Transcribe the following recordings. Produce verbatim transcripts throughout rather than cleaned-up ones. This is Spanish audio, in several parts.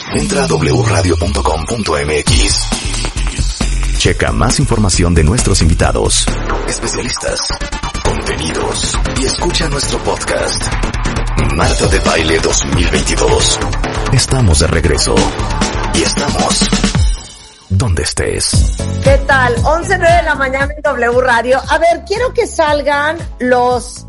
Entra a doble u radio punto com punto m x. Checa más información de nuestros invitados, especialistas, contenidos y escucha nuestro podcast. Marta de Baile dos mil veintidós. Estamos de regreso y estamos donde estés. ¿Qué tal? once nueve de la mañana en W Radio. A ver, quiero que salgan los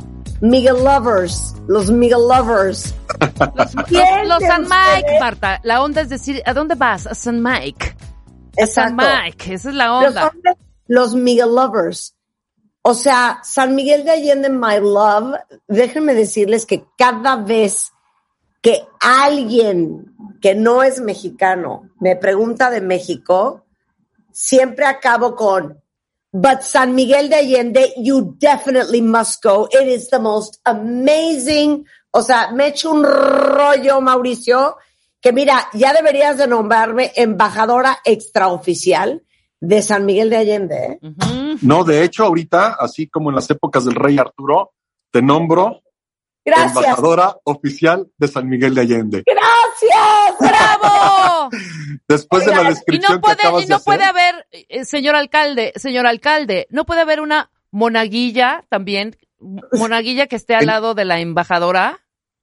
Miguel Lovers. Los Miguel Lovers. Los, los, los San Mike, Marta. La onda es decir, ¿a dónde vas? A San Mike. A San Mike, esa es la onda. Los, los Miguel Lovers. O sea, San Miguel de Allende, my love. Déjenme decirles que cada vez que alguien que no es mexicano me pregunta de México, siempre acabo con, but San Miguel de Allende, you definitely must go. It is the most amazing. O sea, me echo un rollo, Mauricio, que mira, ya deberías de nombrarme embajadora extraoficial de San Miguel de Allende, ¿eh? Uh-huh. No, de hecho, ahorita, así como en las épocas del rey Arturo, te nombro Gracias. Embajadora oficial de San Miguel de Allende. ¡Gracias! ¡Bravo! Después Oigan, de la descripción y no puede, que acabas y no de puede hacer, haber, eh, señor alcalde, señor alcalde, no puede haber una monaguilla también, monaguilla que esté al el, lado de la embajadora.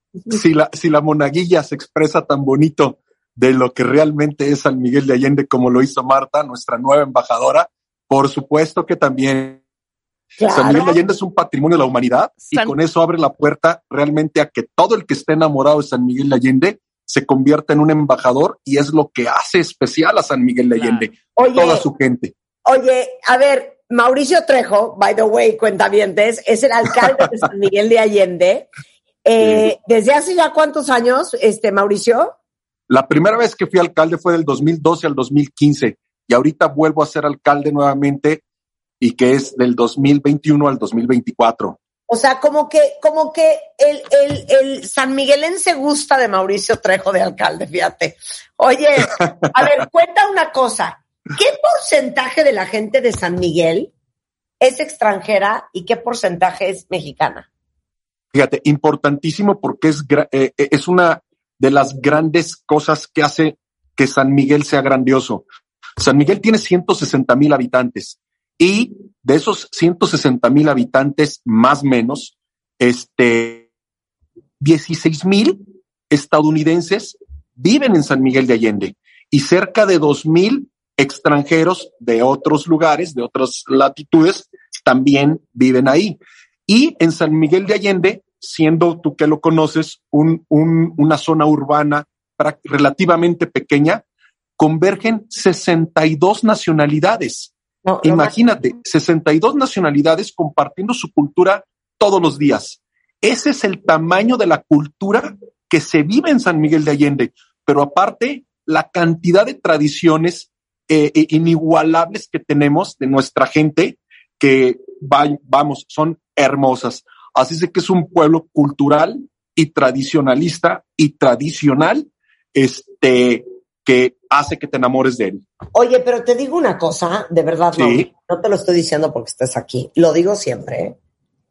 Si la, si la monaguilla se expresa tan bonito de lo que realmente es San Miguel de Allende, como lo hizo Marta, nuestra nueva embajadora, por supuesto que también. Claro. San Miguel de Allende es un patrimonio de la humanidad San... y con eso abre la puerta realmente a que todo el que esté enamorado de San Miguel de Allende se convierta en un embajador, y es lo que hace especial a San Miguel de Allende, claro. Toda su gente. Oye, a ver, Mauricio Trejo, by the way, cuentavientes, es el alcalde de San Miguel de Allende. Eh, sí. ¿Desde hace ya cuántos años, este Mauricio? La primera vez que fui alcalde fue del dos mil doce al dos mil quince, y ahorita vuelvo a ser alcalde nuevamente, y que es del dos mil veintiuno al dos mil veinticuatro. O sea, como que, como que el, el, el San Miguelense gusta de Mauricio Trejo de alcalde, fíjate. Oye, a ver, cuenta una cosa. ¿Qué porcentaje de la gente de San Miguel es extranjera y qué porcentaje es mexicana? Fíjate, importantísimo, porque es, eh, es una de las grandes cosas que hace que San Miguel sea grandioso. San Miguel tiene ciento sesenta mil habitantes. Y de esos ciento sesenta mil habitantes, más o menos, este, dieciséis mil estadounidenses viven en San Miguel de Allende, y cerca de dos mil extranjeros de otros lugares, de otras latitudes, también viven ahí. Y en San Miguel de Allende, siendo tú que lo conoces, un, un, una zona urbana relativamente pequeña, convergen sesenta y dos nacionalidades. No, Imagínate, no, sesenta y dos nacionalidades compartiendo su cultura todos los días. Ese es el tamaño de la cultura que se vive en San Miguel de Allende, pero aparte la cantidad de tradiciones eh, inigualables que tenemos de nuestra gente, que va, vamos, son hermosas. Así es que es un pueblo cultural y tradicionalista y tradicional, este, que hace que te enamores de él. Oye, pero te digo una cosa, de verdad, sí. no, no te lo estoy diciendo porque estés aquí, lo digo siempre, ¿eh?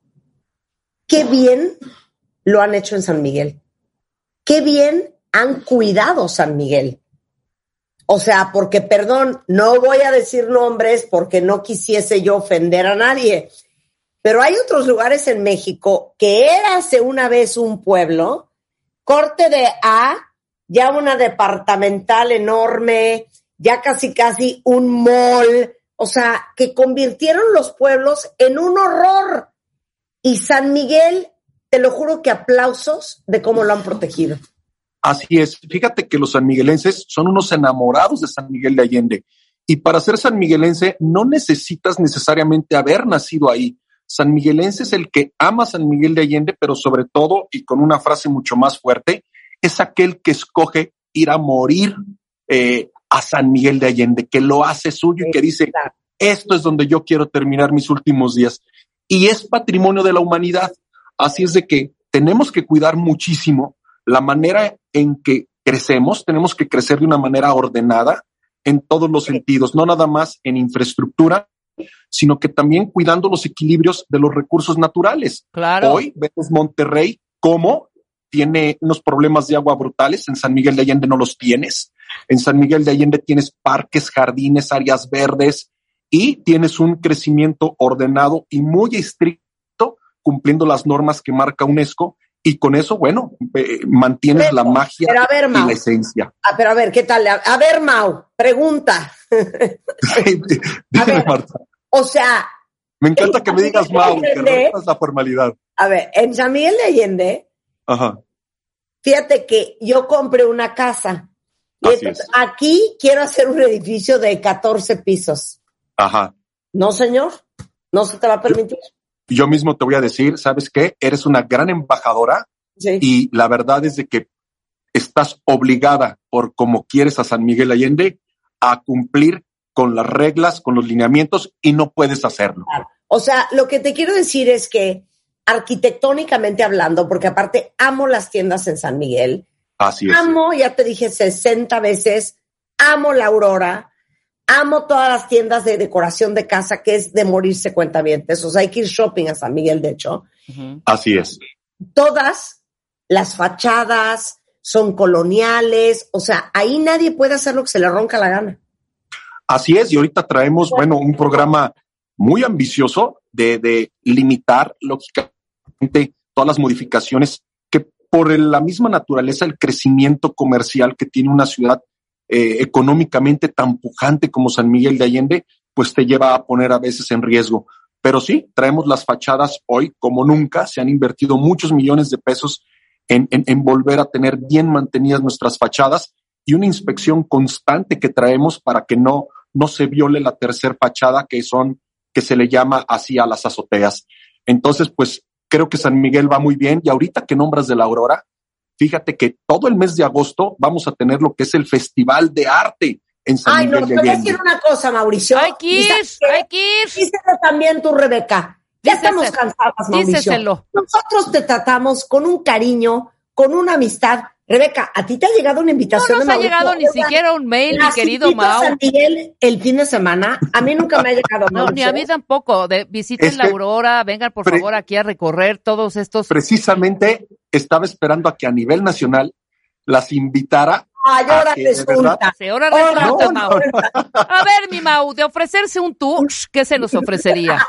Qué bien lo han hecho en San Miguel. Qué bien han cuidado San Miguel. O sea, porque, perdón, no voy a decir nombres porque no quisiese yo ofender a nadie, pero hay otros lugares en México que érase una vez un pueblo, corte de A, ya una departamental enorme, ya casi casi un mall, o sea, que convirtieron los pueblos en un horror. Y San Miguel, te lo juro que aplausos de cómo lo han protegido. Así es. Fíjate que los sanmiguelenses son unos enamorados de San Miguel de Allende. Y para ser sanmiguelense no necesitas necesariamente haber nacido ahí. Sanmiguelense es el que ama San Miguel de Allende, pero sobre todo, y con una frase mucho más fuerte, es aquel que escoge ir a morir eh, a San Miguel de Allende, que lo hace suyo y que dice, esto es donde yo quiero terminar mis últimos días. Y es patrimonio de la humanidad. Así es de que tenemos que cuidar muchísimo la manera en que crecemos. Tenemos que crecer de una manera ordenada en todos los sentidos, no nada más en infraestructura, sino que también cuidando los equilibrios de los recursos naturales. Claro. Hoy vemos Monterrey como tiene unos problemas de agua brutales. En San Miguel de Allende no los tienes. En San Miguel de Allende tienes parques, jardines, áreas verdes y tienes un crecimiento ordenado y muy estricto, cumpliendo las normas que marca UNESCO. Y con eso, bueno, eh, mantienes pero, la magia pero a ver, y Mau, la esencia. Ah, pero a ver, ¿qué tal? A, a ver, Mau, pregunta. Dime, ver, Marta. O sea... Me encanta que me digas Mau, que repitas la formalidad. A ver, en San Miguel de Allende, ajá, fíjate que yo compré una casa. Y así es. Aquí quiero hacer un edificio de catorce pisos. Ajá. No, señor, no se te va a permitir. Yo, yo mismo te voy a decir, ¿sabes qué? Eres una gran embajadora. Sí. Y la verdad es de que estás obligada por como quieres a San Miguel Allende a cumplir con las reglas, con los lineamientos y no puedes hacerlo. Claro. O sea, lo que te quiero decir es que arquitectónicamente hablando, porque aparte amo las tiendas en San Miguel. Así es. Amo, ya te dije sesenta veces, amo la Aurora, amo todas las tiendas de decoración de casa, que es de morirse cuentavientes. O sea, hay que ir shopping a San Miguel, de hecho. Uh-huh. Así es. Todas las fachadas son coloniales, o sea, ahí nadie puede hacer lo que se le ronca la gana. Así es, y ahorita traemos, bueno, un programa muy ambicioso de, de limitar, lógicamente, todas las modificaciones que por la misma naturaleza, el crecimiento comercial que tiene una ciudad eh, económicamente tan pujante como San Miguel de Allende, pues te lleva a poner a veces en riesgo. Pero sí, traemos las fachadas hoy como nunca, se han invertido muchos millones de pesos en, en, en volver a tener bien mantenidas nuestras fachadas y una inspección constante que traemos para que no no se viole la tercer fachada, que son, que se le llama así a las azoteas. Entonces, pues, creo que San Miguel va muy bien, y ahorita que nombras de la Aurora, fíjate que todo el mes de agosto vamos a tener lo que es el Festival de Arte en San Ay, Miguel no, de te voy a Allende. decir una cosa, Mauricio. Hay que ir, hay que ir. Díselo también tú, Rebeca. Ya Dícese, estamos cansadas, Mauricio. Díceselo. Nosotros te tratamos con un cariño, con una amistad. Rebeca, ¿a ti te ha llegado una invitación? No nos ha llegado ni siquiera un mail, mi querido Mau. San Miguel el fin de semana, a mí nunca me ha llegado. No, ni a mí tampoco. De, visiten Es la que Aurora, vengan por pre- favor aquí a recorrer todos estos. Precisamente estaba esperando a que a nivel nacional las invitara. Ay, ahora a que, de resulta. verdad, Sí, ahora Ahora resulta, no, Mau. A ver, mi Mau, de ofrecerse un tour, ¿qué se nos ofrecería?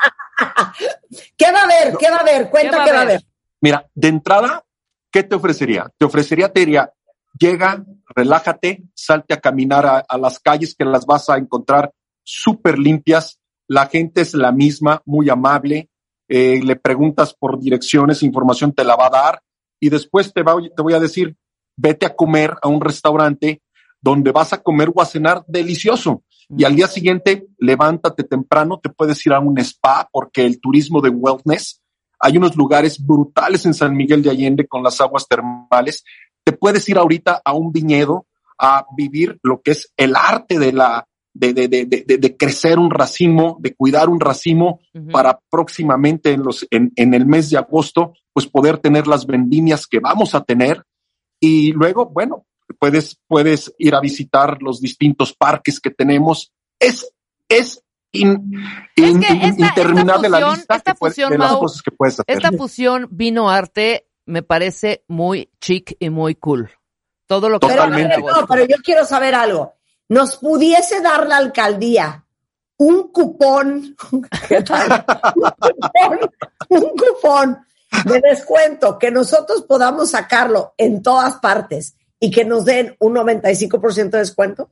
¿Qué va a haber? ¿Qué va a haber? Cuenta qué va a haber. Mira, de entrada, ¿qué te ofrecería? Te ofrecería, te diría, llega, relájate, salte a caminar a, a las calles que las vas a encontrar súper limpias. La gente es la misma, muy amable. Eh, le preguntas por direcciones, información te la va a dar. Y después te, va, te voy a decir, vete a comer a un restaurante donde vas a comer o a cenar delicioso. Y al día siguiente, levántate temprano, te puedes ir a un spa porque el turismo de wellness, hay unos lugares brutales en San Miguel de Allende con las aguas termales. Te puedes ir ahorita a un viñedo a vivir lo que es el arte de la de de de de, de crecer un racimo, de cuidar un racimo, uh-huh, para próximamente en los en, en el mes de agosto pues poder tener las vendimias que vamos a tener. Y luego, bueno, puedes puedes ir a visitar los distintos parques que tenemos. Es es In, in, es que esta, interminable esta fusión, la lista esta que puede, fusión, de las Mau, cosas que puedes hacer. Esta fusión vino-arte me parece muy chic y muy cool. Todo lo que Totalmente. Pero, no, pero yo quiero saber algo. ¿Nos pudiese dar la alcaldía un cupón, ¿qué tal? un cupón, un cupón de descuento que nosotros podamos sacarlo en todas partes y que nos den un noventa y cinco por ciento de descuento?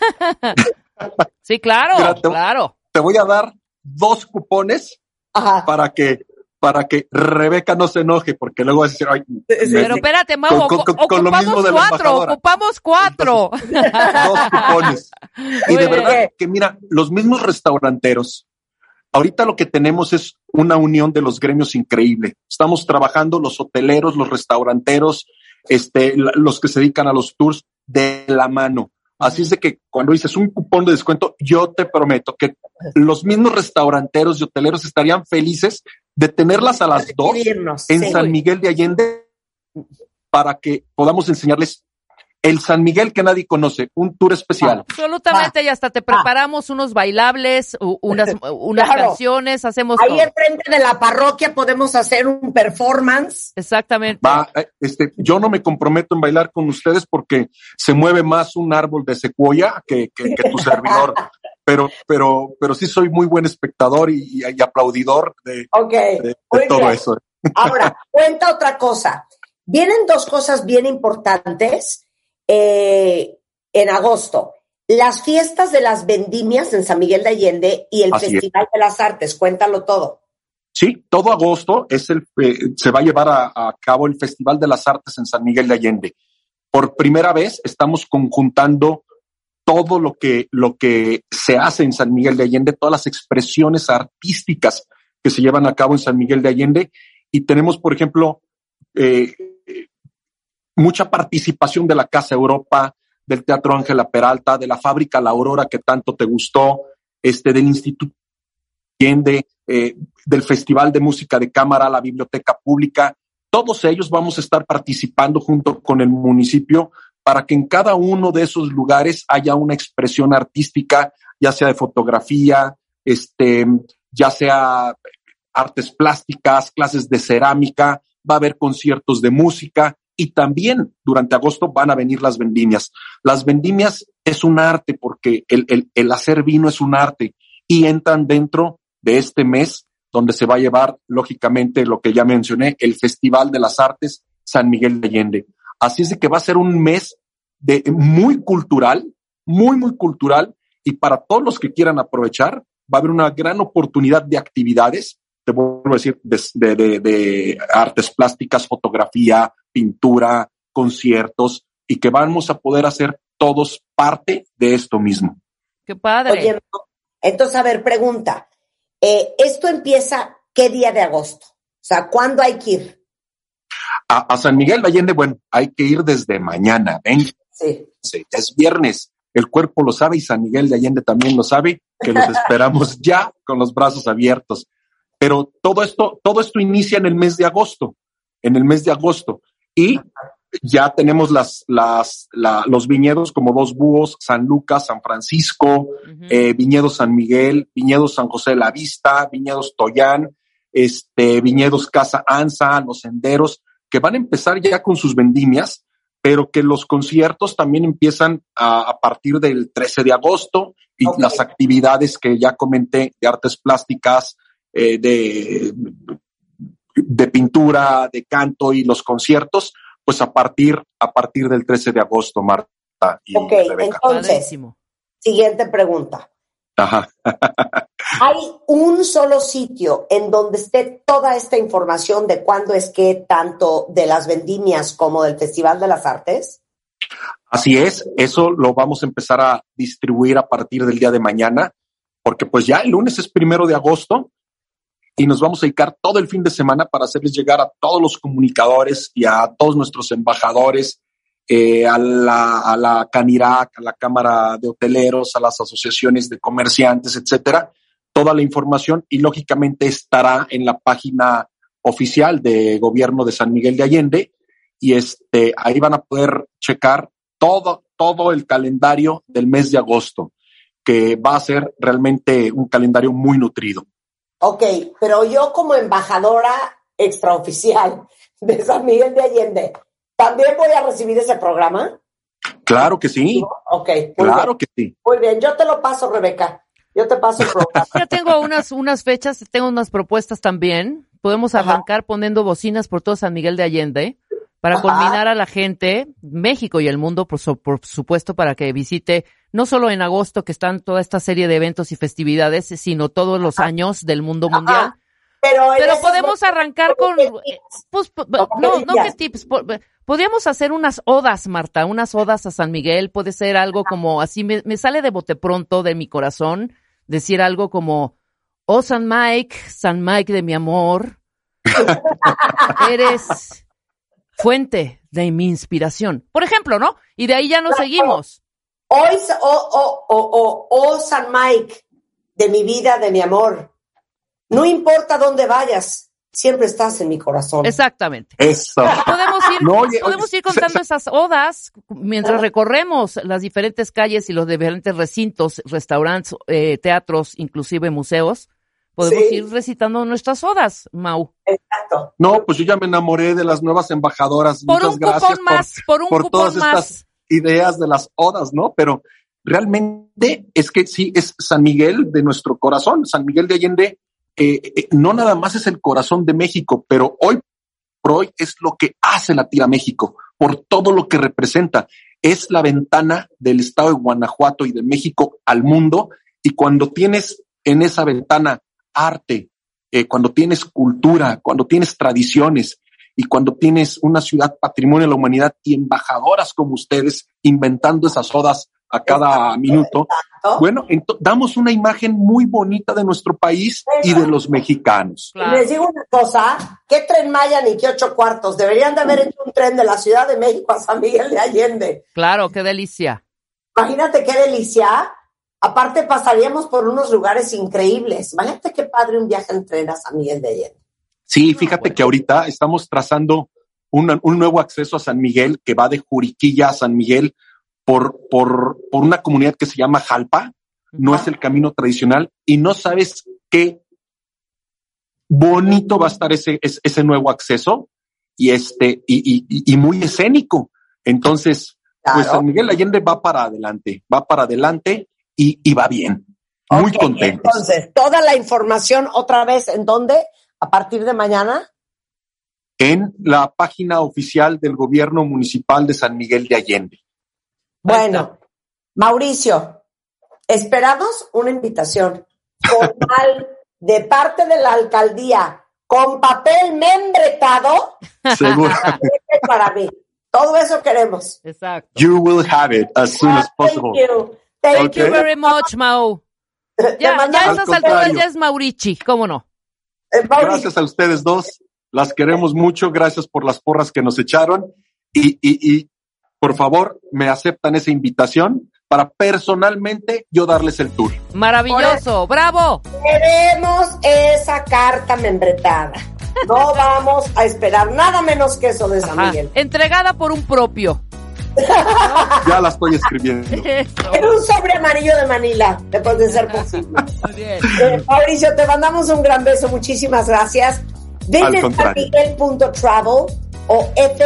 Sí, claro, Mira, te, claro. Te voy a dar dos cupones. Ajá. para que para que Rebeca no se enoje, porque luego va a decir, ay, sí, pero espérate, Mau, con, con, con, ocupamos cuatro, ocupamos cuatro. Entonces, dos cupones. Y de verdad que mira, los mismos restauranteros, ahorita lo que tenemos es una unión de los gremios increíble. Estamos trabajando los hoteleros, los restauranteros, este, los que se dedican a los tours de la mano. Así es de que cuando dices un cupón de descuento, yo te prometo que los mismos restauranteros y hoteleros estarían felices de tenerlas a las dos en sí. San Miguel de Allende para que podamos enseñarles el San Miguel que nadie conoce, un tour especial. Absolutamente, ah, y hasta te preparamos ah. unos bailables, unas, unas claro. canciones, hacemos ahí todo. enfrente de la parroquia podemos hacer un performance. Exactamente. Va, este, yo no me comprometo en bailar con ustedes porque se mueve más un árbol de secuoya que, que, que tu servidor. Pero, pero, pero sí soy muy buen espectador y, y aplaudidor de, okay. de, de todo bien. Eso. Ahora, cuenta otra cosa. Vienen dos cosas bien importantes eh, en agosto. Las fiestas de las vendimias en San Miguel de Allende y el Así Festival es. de las Artes. Cuéntalo todo. Sí, todo agosto es el, eh, se va a llevar a, a cabo el Festival de las Artes en San Miguel de Allende. Por primera vez estamos conjuntando todo lo que, lo que se hace en San Miguel de Allende, todas las expresiones artísticas que se llevan a cabo en San Miguel de Allende. Y tenemos, por ejemplo, eh, mucha participación de la Casa Europa, del Teatro Ángela Peralta, de la Fábrica La Aurora, que tanto te gustó, este, del Instituto Allende, eh, del Festival de Música de Cámara, la Biblioteca Pública. Todos ellos vamos a estar participando junto con el municipio para que en cada uno de esos lugares haya una expresión artística, ya sea de fotografía, este, ya sea artes plásticas, clases de cerámica, va a haber conciertos de música y también durante agosto van a venir las vendimias. Las vendimias es un arte porque el, el, el hacer vino es un arte y entran dentro de este mes donde se va a llevar, lógicamente, lo que ya mencioné, el Festival de las Artes San Miguel de Allende. Así es de que va a ser un mes de, muy cultural, muy, muy cultural, y para todos los que quieran aprovechar, va a haber una gran oportunidad de actividades, te vuelvo a decir, de, de, de, de artes plásticas, fotografía, pintura, conciertos, y que vamos a poder hacer todos parte de esto mismo. ¡Qué padre! Oye, entonces, a ver, pregunta. Eh, ¿Esto empieza qué día de agosto? O sea, ¿cuándo hay que ir? A, a San Miguel de Allende, bueno, hay que ir desde mañana. Ven, sí. sí, es viernes. El cuerpo lo sabe y San Miguel de Allende también lo sabe, que los esperamos ya con los brazos abiertos. Pero todo esto, todo esto inicia en el mes de agosto, en el mes de agosto. Y ya tenemos las, las, la, los viñedos como Dos Búhos, San Lucas, San Francisco, uh-huh. eh, Viñedos San Miguel, Viñedos San José de la Vista, Viñedos Toyán, este, Viñedos Casa Anza, Los Senderos, que van a empezar ya con sus vendimias, pero que los conciertos también empiezan a, a partir del trece de agosto y okay. las actividades que ya comenté de artes plásticas, eh, de, de pintura, de canto y los conciertos, pues a partir, a partir del trece de agosto, Marta y Ok, Rebeca. Entonces, siguiente pregunta. Ajá. ¿Hay un solo sitio en donde esté toda esta información de cuándo es que tanto de las vendimias como del Festival de las Artes? Así es, eso lo vamos a empezar a distribuir a partir del día de mañana, porque pues ya el lunes es primero de agosto y nos vamos a dedicar todo el fin de semana para hacerles llegar a todos los comunicadores y a todos nuestros embajadores, eh, a la, a la Canirac, a la Cámara de Hoteleros, a las asociaciones de comerciantes, etcétera, toda la información y lógicamente estará en la página oficial de Gobierno de San Miguel de Allende y este, ahí van a poder checar todo, todo el calendario del mes de agosto, que va a ser realmente un calendario muy nutrido. Ok, pero yo como embajadora extraoficial de San Miguel de Allende, ¿también voy a recibir ese programa? Claro que sí. Ok, claro bien. que sí. Muy bien, yo te lo paso, Rebeca. Yo te paso el programa. Ya tengo unas, unas fechas, tengo unas propuestas también. Podemos arrancar Ajá. poniendo bocinas por todo San Miguel de Allende para Ajá. culminar a la gente, México y el mundo, por, su, por supuesto, para que visite no solo en agosto, que están toda esta serie de eventos y festividades, sino todos los Ajá. años del mundo Ajá. mundial. Pero, Pero podemos no, arrancar con... Pues, no, no qué tips. Podríamos hacer unas odas, Marta, unas odas a San Miguel. Puede ser algo como así, me, me sale de bote pronto de mi corazón, decir algo como, oh San Mike, San Mike de mi amor, eres fuente de mi inspiración. Por ejemplo, ¿no? Y de ahí ya nos seguimos. Hoy, oh, oh, oh, oh, oh, San Mike, de mi vida, de mi amor. No importa dónde vayas, siempre estás en mi corazón. Exactamente. Eso. Podemos ir, No, oye, podemos oye, ir contando se, se, esas odas mientras recorremos las diferentes calles y los diferentes recintos, restaurantes, eh, teatros, inclusive museos. Podemos sí. ir recitando nuestras odas, Mau. Exacto. No, pues yo ya me enamoré de las nuevas embajadoras. Por Muchas un gracias cupón más, por, por un por cupón todas más. Estas ideas de las odas, ¿no? Pero realmente es que sí, es San Miguel de nuestro corazón. San Miguel de Allende eh, eh, no nada más es el corazón de México, pero hoy por hoy es lo que hace latir a México, por todo lo que representa. Es la ventana del estado de Guanajuato y de México al mundo, y cuando tienes en esa ventana arte, eh, cuando tienes cultura, cuando tienes tradiciones y cuando tienes una ciudad patrimonio de la humanidad y embajadoras como ustedes inventando esas odas a cada exacto, minuto, exacto. bueno, ento- damos una imagen muy bonita de nuestro país y de los mexicanos. Claro. Les digo una cosa, ¿qué Tren Maya ni qué ocho cuartos? Deberían de haber hecho un tren de la Ciudad de México a San Miguel de Allende. Claro, qué delicia. Imagínate qué delicia. Aparte pasaríamos por unos lugares increíbles. Imagínate qué padre un viaje en tren a San Miguel de Allende. Sí, fíjate bueno. que ahorita estamos trazando una, un nuevo acceso a San Miguel que va de Juriquilla a San Miguel por, por, por una comunidad que se llama Jalpa. No uh-huh. es el camino tradicional y no sabes qué bonito va a estar ese, ese, ese nuevo acceso y este, y, y, y muy escénico. Entonces, claro. pues San Miguel de Allende va para adelante, va para adelante. Y, y va bien, muy okay, contentos. Entonces, toda la información otra vez, ¿en dónde? ¿A partir de mañana? En la página oficial del Gobierno Municipal de San Miguel de Allende. Bueno, Mauricio, esperamos una invitación formal de parte de la alcaldía con papel membretado. Seguro. Para mí. Todo eso queremos. Exacto. You will have it as soon as possible. Thank you. Thank okay. you very much, Mau. Ya, ya a estas alturas ya es Maurici, ¿cómo no? Gracias a ustedes dos, las queremos mucho, gracias por las porras que nos echaron y, y, y por favor me aceptan esa invitación para personalmente yo darles el tour. Maravilloso, bravo. Queremos esa carta membretada. No vamos a esperar nada menos que eso de San Ajá. Miguel. Entregada por un propio. Ya la estoy escribiendo. En un sobre amarillo de Manila, después de ser posible. Muy bien. Eh, Mauricio, te mandamos un gran beso, muchísimas gracias. Ven en san miguel punto travel o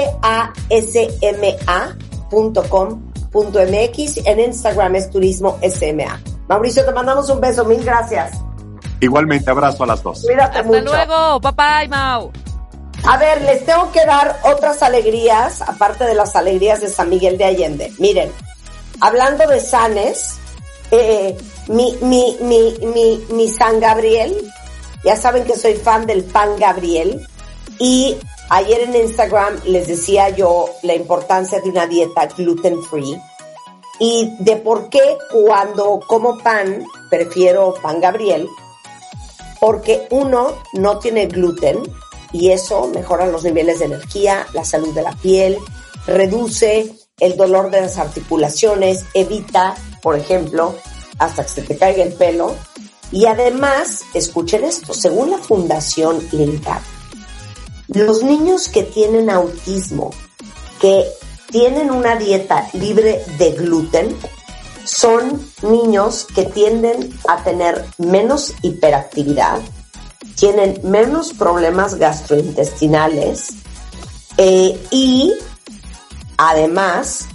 fasma punto com punto m x, en Instagram es turismo S M A. Mauricio, te mandamos un beso, mil gracias. Igualmente, abrazo a las dos. Cuídate Hasta mucho. luego, bye bye, Mau. A ver, les tengo que dar otras alegrías, aparte de las alegrías de San Miguel de Allende. Miren, hablando de Sanes, eh, mi, mi, mi, mi, mi San Gabriel, ya saben que soy fan del pan Gabriel, y ayer en Instagram les decía yo la importancia de una dieta gluten free, y de por qué cuando como pan, prefiero pan Gabriel, porque uno, no tiene gluten, y eso mejora los niveles de energía, la salud de la piel, reduce el dolor de las articulaciones, evita, por ejemplo, hasta que se te caiga el pelo. Y además, escuchen esto, según la Fundación Lindab, los niños que tienen autismo, que tienen una dieta libre de gluten, son niños que tienden a tener menos hiperactividad, tienen menos problemas gastrointestinales eh, y además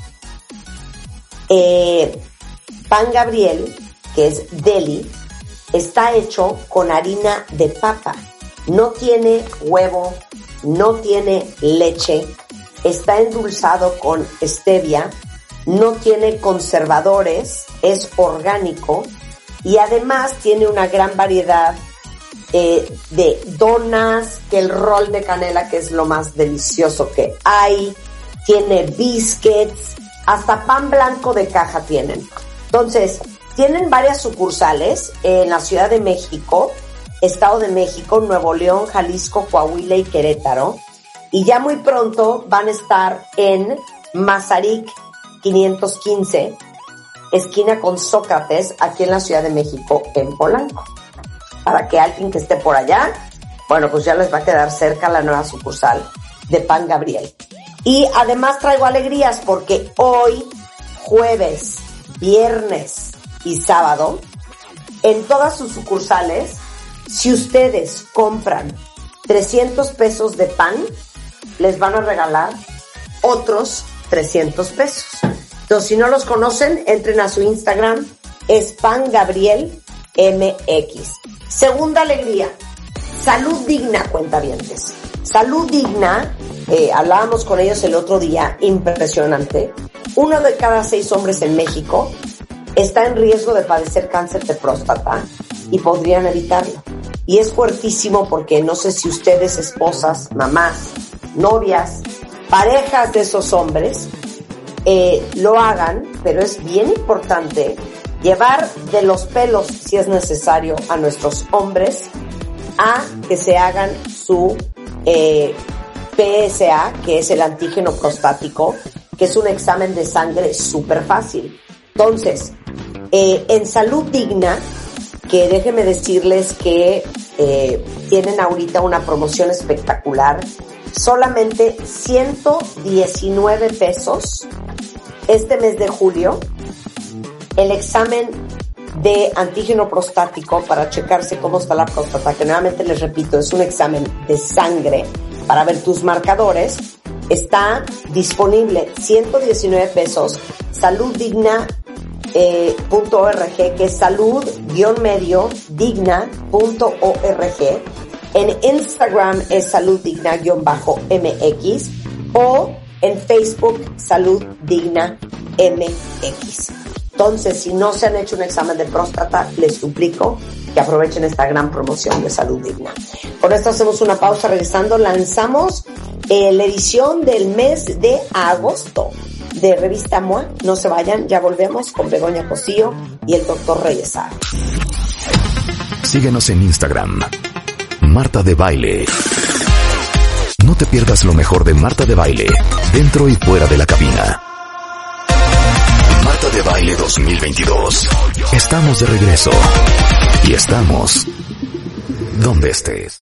eh, pan Gabriel, que es deli, está hecho con harina de papa, no tiene huevo, no tiene leche, está endulzado con stevia, no tiene conservadores, es orgánico y además tiene una gran variedad Eh, de donas, que el rol de canela, que es lo más delicioso que hay, tiene biscuits, hasta pan blanco de caja tienen. Entonces, tienen varias sucursales en la Ciudad de México, Estado de México, Nuevo León, Jalisco, Coahuila y Querétaro, y ya muy pronto van a estar en Mazarik quinientos quince, esquina con Sócrates, aquí en la Ciudad de México, en Polanco. Para que alguien que esté por allá Bueno, pues ya les va a quedar cerca la nueva sucursal de Pan Gabriel. Y además traigo alegrías porque hoy, jueves, viernes y sábado, en todas sus sucursales, si ustedes compran trescientos pesos de pan, les van a regalar otros trescientos pesos. Entonces, si no los conocen, entren a su Instagram, es Pan Gabriel M X. Segunda alegría, Salud Digna, cuentavientes. Salud Digna, eh, hablábamos con ellos el otro día, impresionante. Uno de cada seis hombres en México está en riesgo de padecer cáncer de próstata y podrían evitarlo. Y es fuertísimo porque no sé si ustedes, esposas, mamás, novias, parejas de esos hombres, eh, lo hagan, pero es bien importante llevar de los pelos, si es necesario, a nuestros hombres a que se hagan su eh, P S A, que es el antígeno prostático, que es un examen de sangre súper fácil. Entonces, eh, en Salud Digna, que déjenme decirles que eh, tienen ahorita una promoción espectacular, solamente ciento diecinueve pesos este mes de julio, el examen de antígeno prostático para checarse cómo está la próstata, que nuevamente les repito, es un examen de sangre para ver tus marcadores, está disponible ciento diecinueve pesos, saluddigna eh, punto org, que es salud guión medio digna punto org. En Instagram es saluddigna guión bajo M X o en Facebook Salud Digna M X. Entonces, si no se han hecho un examen de próstata, les suplico que aprovechen esta gran promoción de Salud Digna. Con esto hacemos una pausa. Regresando, lanzamos eh, la edición del mes de agosto de Revista M O A. No se vayan, ya volvemos con Begoña Cosío y el doctor Reyesaro. Síguenos en Instagram, Marta de Baile. No te pierdas lo mejor de Marta de Baile, dentro y fuera de la cabina. Marta de Baile dos mil veintidós. Estamos de regreso. Y estamos donde estés.